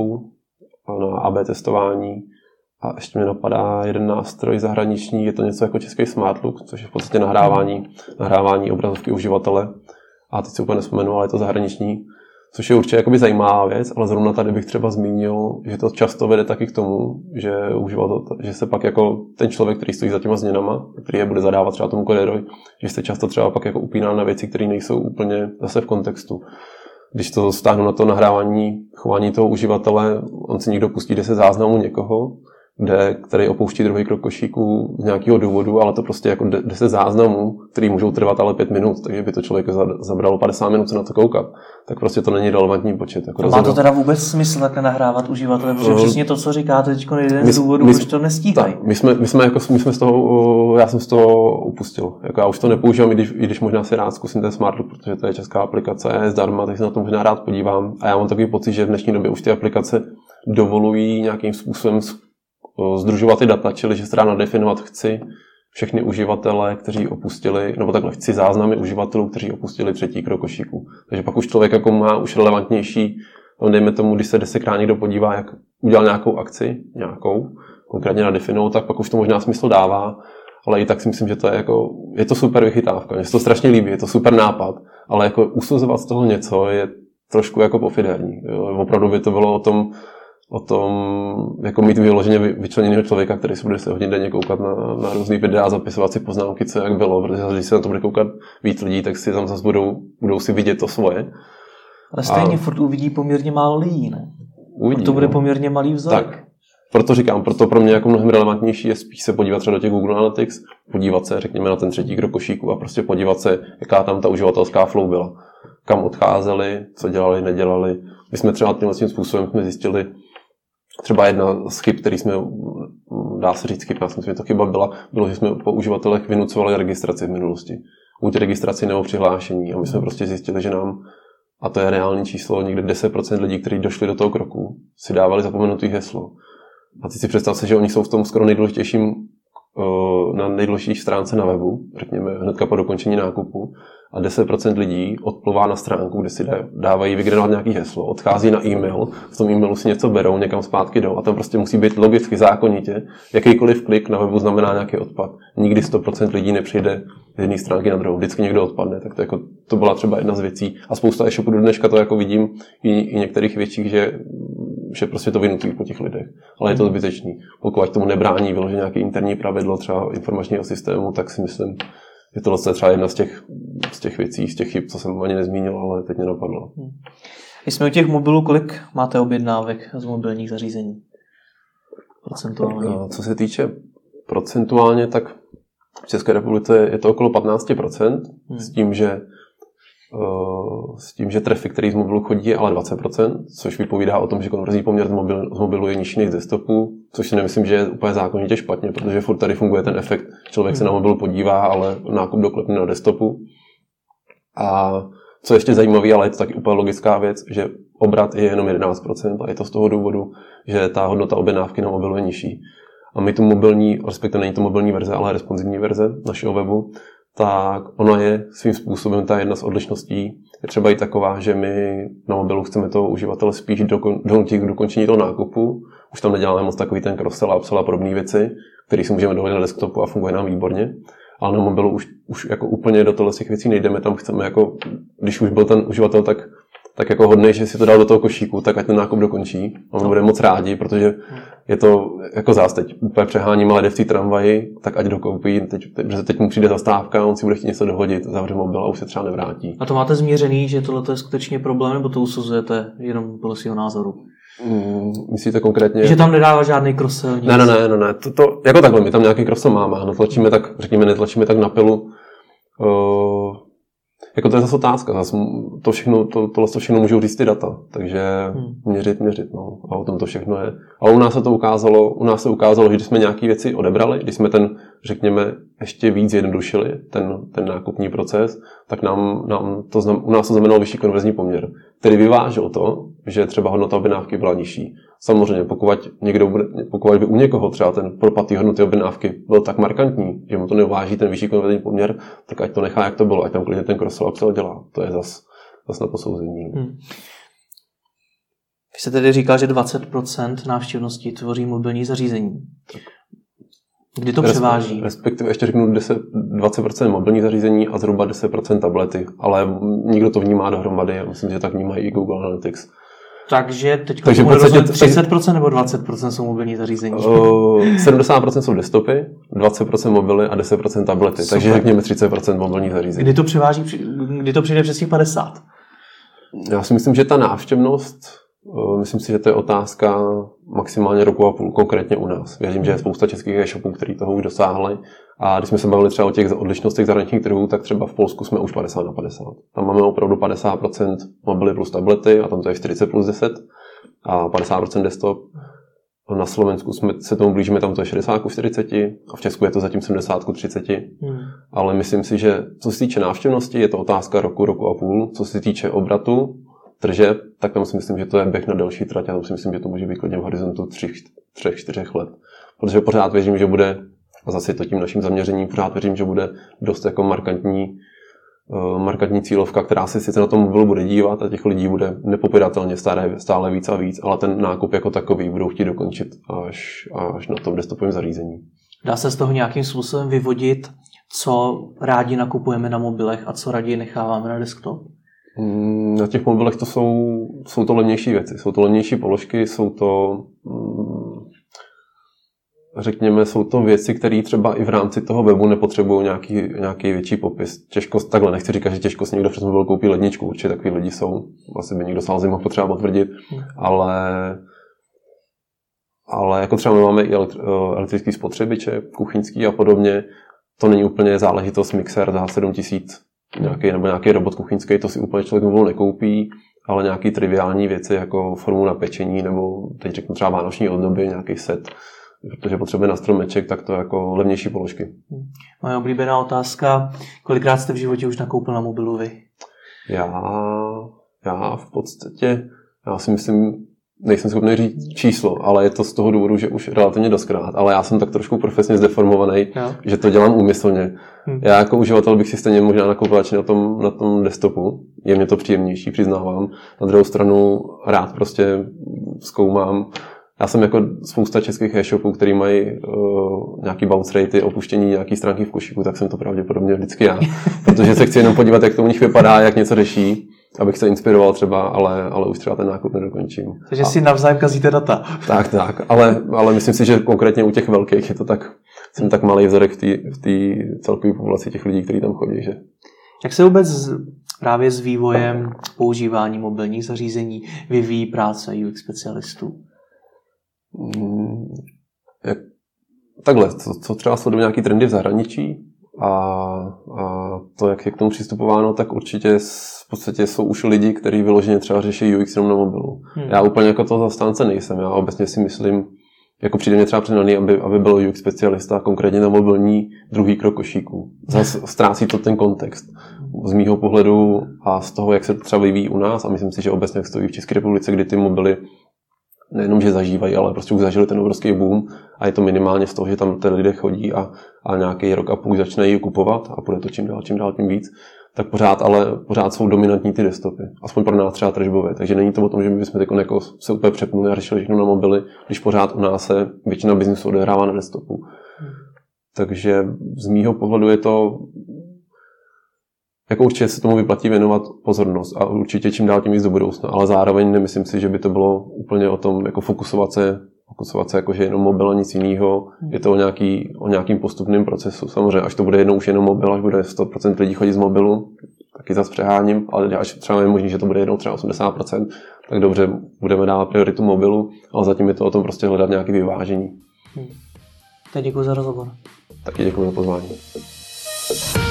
na A B testování. A ještě mě napadá jeden nástroj zahraniční, je to něco jako český SmartLook, což je v podstatě nahrávání, nahrávání obrazovky uživatele. A teď si úplně nespomenu, ale je to zahraniční, což je určitě jakoby zajímavá věc, ale zrovna tady bych třeba zmínil, že to často vede taky k tomu, že uživatel, že se pak jako ten člověk, který stojí za těma změnama, který je bude zadávat třeba tomu koderovi, že se často třeba pak jako upíná na věci, které nejsou úplně zase v kontextu. Když to stáhnu na to nahrávání chování toho uživatele, on si někdo pustí deset záznamů někoho, kde, který opouští druhý krok košíku z nějakého důvodu, ale to prostě jako deset záznamů, který můžou trvat ale pět minut, takže by to člověk zabralo padesát minut se na to koukat, tak prostě to není relevantní počet. Jako má to teda vůbec smysl takhle nahrávat uživatele, protože uh, přesně to, co říkáte teď, jeden my, z důvodů, my, proč to nestíhají. My jsme, my jsme jako, my jsme z toho, já jsem z toho upustil. Jako já už to nepoužívám, i když, i když možná si rád zkusím ten SmartLook, protože to je česká aplikace, je zdarma, tak se na to možná rád podívám. A já mám takový pocit, že v dnešní době už ty aplikace dovolují nějakým způsobem sdružovat ty data, čili že se dá nadefinovat chci všechny uživatele, kteří opustili, nebo takhle chci záznamy uživatelů, kteří opustili třetí krok košíku. Takže pak už člověk jako má už relevantnější, dejme tomu, když se desetkrát někdo podívá, jak udělal nějakou akci, nějakou, konkrétně nadefinovat, tak pak už to možná smysl dává, ale i tak si myslím, že to je jako, je to super vychytávka, mně se to strašně líbí, je to super nápad, ale jako usuzovat z toho něco je trošku jako pofidérní. Opravdu by to bylo o tom, o tom, jako mít vyloženě vyčleněného člověka, který se bude se hodně denně koukat na, na různý videa a zapisovat si poznámky, co jak bylo, protože když se na to bude koukat víc lidí, tak si tam zase budou, budou si vidět to svoje. Ale stejně a furt uvidí poměrně málo lidí, ne? Uvidí, to bude no. poměrně malý vzorek. Tak, proto říkám, proto pro mě jako mnohem relevantnější je spíš se podívat třeba do těch Google Analytics, podívat se, řekněme, na ten třetí krok košíku a prostě podívat se, jaká tam ta uživatelská flow byla. Kam odcházeli, co dělali, nedělali. My jsme třeba tím způsobem jsme zjistili, třeba jedna z chyb, který jsme, dá se říct chyb, já si myslím, že to chyba byla, bylo, že jsme po uživatelech vynucovali registraci v minulosti. Buď registraci nebo přihlášení. A my jsme prostě zjistili, že nám, a to je reální číslo, někde deset procent lidí, kteří došli do toho kroku, si dávali zapomenutý heslo. A teď si představ se, že oni jsou v tom skoro nejdůležitějším, na nejdůležitější stránce na webu, řekněme hnedka po dokončení nákupu, a deset procent lidí odplouvá na stránku, kde si dávají vygenerovat nějaký heslo, odchází na e-mail, v tom e-mailu si něco berou, někam zpátky jdou a tam prostě musí být logicky zákonitě. Jakýkoliv klik na webu znamená nějaký odpad. Nikdy sto procent lidí nepřijde z jedné stránky na druhou, vždycky někdo odpadne, tak to, jako, to byla třeba jedna z věcí. A spousta e-shopů do dneška to jako vidím i, i některých větších, že že prostě to vynutí po těch lidech. Ale je to zbytečný. Pokud tomu nebrání vyloženě nějaké interní pravidlo třeba informačního systému, tak si myslím, že tohle je třeba jedna z těch, z těch věcí, z těch chyb, co jsem ani nezmínil, ale teď mě napadlo. Hmm. Když jsme u těch mobilů, kolik máte objednávek z mobilních zařízení? Procentuálně. Co se týče procentuálně, tak v České republice je to okolo patnáct procent hmm. s tím, že s tím, že trafik, který z mobilu chodí, je ale dvacet procent, což vypovídá o tom, že konverzní poměr z mobilu, z mobilu je nižší než z desktopu, což si nemyslím, že je úplně zákonitě špatně, protože furt tady funguje ten efekt, člověk se na mobilu podívá, ale nákup doklepne na desktopu. A co je ještě zajímavé, ale je to taky úplně logická věc, že obrat je jenom jedenáct procent a je to z toho důvodu, že ta hodnota objednávky na mobilu je nižší. A my tu mobilní, respektive není to mobilní verze, ale responsivní verze našeho webu, tak ona je svým způsobem ta jedna z odlišností. Je třeba i taková, že my na mobilu chceme toho uživatele spíš donutit k dokončení toho nákupu. Už tam neděláme moc takový ten cross-sell a upsell a podobné věci, které si můžeme dovolit na desktopu a funguje nám výborně. Ale na mobilu už, už jako úplně do tohle těch věcí nejdeme, tam chceme jako, když už byl ten uživatel tak, tak jako hodnej, že si to dal do toho košíku, tak ať ten nákup dokončí. A on bude moc rádi, protože je to jako zás teď úplně přeháním, ale jde v té tramvaji, tak ať dokoupí, teď, teď, teď mu přijde zastávka, on si bude chtít něco dohodit, zavře mobil a už se třeba nevrátí. A to máte změřený, že tohle je skutečně problém, nebo to usuzujete jenom podle svého názoru? Mm, myslíte konkrétně? Že tam nedává žádný cross-sell? Ne, ne, ne, ne, ne. To, to, jako takhle, my tam nějaký cross-sell máme a netlačíme tak, řekněme, netlačíme tak na pilu. Uh, jako to je zase otázka, zase to všechno, to, tohle to všechno můžou říct ty data, takže hmm. měřit, měřit, no. A o tom to všechno je. Ale u nás se to ukázalo, u nás se ukázalo, že když jsme nějaké věci odebrali, když jsme ten, řekněme, ještě víc zjednodušili, ten, ten nákupní proces, tak nám, nám to znam, u nás to znamenalo vyšší konverzní poměr, který vyvážil to, že třeba hodnota objednávky byla nižší. Samozřejmě, pokud, někdo bude, pokud by u někoho třeba ten propad té hodnoty objednávky byl tak markantní, že mu to neuváží ten vyšší konverzní poměr, tak ať to nechá, jak to bylo, ať tam klidně ten cross-sell upsell dělá. To je zas, zas na posouzení. Hmm. Vy jste tedy říkal, že dvacet procent návštěvnosti tvoří mobilní zařízení. Tak. Kdy to převáží? Respektive ještě řeknu deset, dvacet procent mobilní zařízení a zhruba deset procent tablety, ale nikdo to vnímá dohromady. Já myslím, že tak vnímají i Google Analytics. Takže teď třicet procent nebo dvacet procent jsou mobilní zařízení? Uh, sedmdesát procent jsou desktopy, dvacet procent mobily a deset procent tablety. Super. Takže řekněme třicet procent mobilních zařízení. Kdy to převáží, kdy to přijde přes těch padesát? Já si myslím, že ta návštěvnost, uh, myslím si, že to je otázka maximálně roku a půl, konkrétně u nás. Věřím, že je spousta českých e-shopů, kteří toho už dosáhli. A když jsme se bavili třeba o těch odlišnostech zahraničních trhů, tak třeba v Polsku jsme už padesát na padesát. Tam máme opravdu padesát procent mobily plus tablety a tam to je čtyřicet plus deset a padesát procent desktop. Na Slovensku jsme se tomu blížíme, tam to je šedesát ku čtyřiceti a v Česku je to zatím sedmdesát ku třiceti. Hmm. Ale myslím si, že co se týče návštěvnosti, je to otázka roku, roku a půl. Co se týče obratu, tržeb, tak tam si myslím, že to je běh na delší trať. Já tam si myslím, že to může být klidně v horizontu třech, čtyřech let. Protože pořád věřím, že bude, a zase to tím naším zaměřením, pořád věřím, že bude dost jako markantní, uh, markantní cílovka, která si sice na tom mobilu bude dívat a těch lidí bude nepopiratelně stále, stále víc a víc, ale ten nákup jako takový budou chtít dokončit až, až na tom desktopovém zařízení. Dá se z toho nějakým způsobem vyvodit, co rádi nakupujeme na mobilech a co raději necháváme na desktop? Na těch mobilech to jsou, jsou to levnější věci, jsou to levnější položky, jsou to, řekněme, jsou to věci, které třeba i v rámci toho webu nepotřebují nějaký, nějaký větší popis. Těžko, takhle nechci říkat, že těžko si někdo přes mobil koupí ledničku, určitě takový lidi jsou, asi by někdo sám mohl potřeba potvrdit, hmm. ale, ale jako třeba my máme i elektrický spotřebiče, kuchyňský a podobně, to není úplně záležitost mixer za sedm tisíc. Nějaký, nebo nějaký robot kuchyňský, to si úplně člověk mobil nekoupí, ale nějaký triviální věci jako formu na pečení nebo teď řeknu třeba vánoční ozdoby, nějaký set, protože potřebuje na stromeček, tak to jako levnější položky. Moje oblíbená otázka, kolikrát jste v životě už nakoupil na mobilu vy? Já, já v podstatě, já si myslím, nejsem schopný říct číslo, ale je to z toho důvodu, že už relativně doskrát, ale já jsem tak trošku profesně zdeformovaný, no. že to dělám úmyslně. Hmm. Já jako uživatel bych si stejně možná nakoupil na tom, na tom desktopu, je mě to příjemnější, přiznávám. Na druhou stranu rád prostě zkoumám. Já jsem jako spousta českých e-shopů, který mají uh, nějaký bounce ratey, opuštění nějaký stránky v košíku, tak jsem to pravděpodobně vždycky já. Protože se chci jenom podívat, jak to u nich vypadá, jak něco řeší, abych se inspiroval třeba, ale, ale už třeba ten nákup nedokončím. Takže si navzájem kazíte data. Tak, tak, ale, ale myslím si, že konkrétně u těch velkých je to tak, jsem tak malý vzorek v té celkové populaci těch lidí, kteří tam chodí. Že... Jak se vůbec právě s vývojem používání mobilních zařízení vyvíjí práce U X specialistů? Hmm, jak, takhle, co, co třeba sledují nějaký trendy v zahraničí a, a to, jak je k tomu přistupováno, tak určitě v podstatě jsou už lidi, kteří vyloženě třeba řeší U X jenom na mobilu. Hmm. Já úplně jako toho zastánce nejsem, já obecně si myslím, jako přijde mě třeba přenaný, aby, aby byl U X specialista konkrétně na mobilní druhý krok košíku. Zase ztrácí to ten kontext. Z mýho pohledu a z toho, jak se to třeba vyvíjí u nás, a myslím si, že obecně jak stojí v České republice, kdy ty mobily nejenom, že zažívají, ale prostě už zažili ten obrovský boom a je to minimálně z toho, že tam ty lidé chodí a, a nějaký rok a půl začne ji kupovat a bude to čím dál, čím dál, tím víc, tak pořád, ale pořád jsou dominantní ty desktopy. Aspoň pro nás třeba tržbové. Takže není to o tom, že my bychom jako se úplně přepnuli a řešili všechno na mobily, když pořád u nás se většina biznesu odehrává na desktopu. Hmm. Takže z mýho pohledu je to jako určitě se tomu vyplatí věnovat pozornost a určitě čím dál tím víc do budoucna, ale zároveň nemyslím si, že by to bylo úplně o tom jako fokusovat se, fokusovat se jako, že jenom mobil a nic jiného. Je to o, nějaký, o nějakým postupném procesu. Samozřejmě, až to bude jednou už jenom mobil, až bude sto procent lidí chodit z mobilu, taky zase přeháním, ale až třeba je možný, že to bude jednou třeba osmdesát procent, tak dobře, budeme dávat prioritu mobilu, ale zatím je to o tom prostě hledat nějaké vyvážení. Hmm. Tak děkuji za rozhovor. Taky děkuji za pozvání.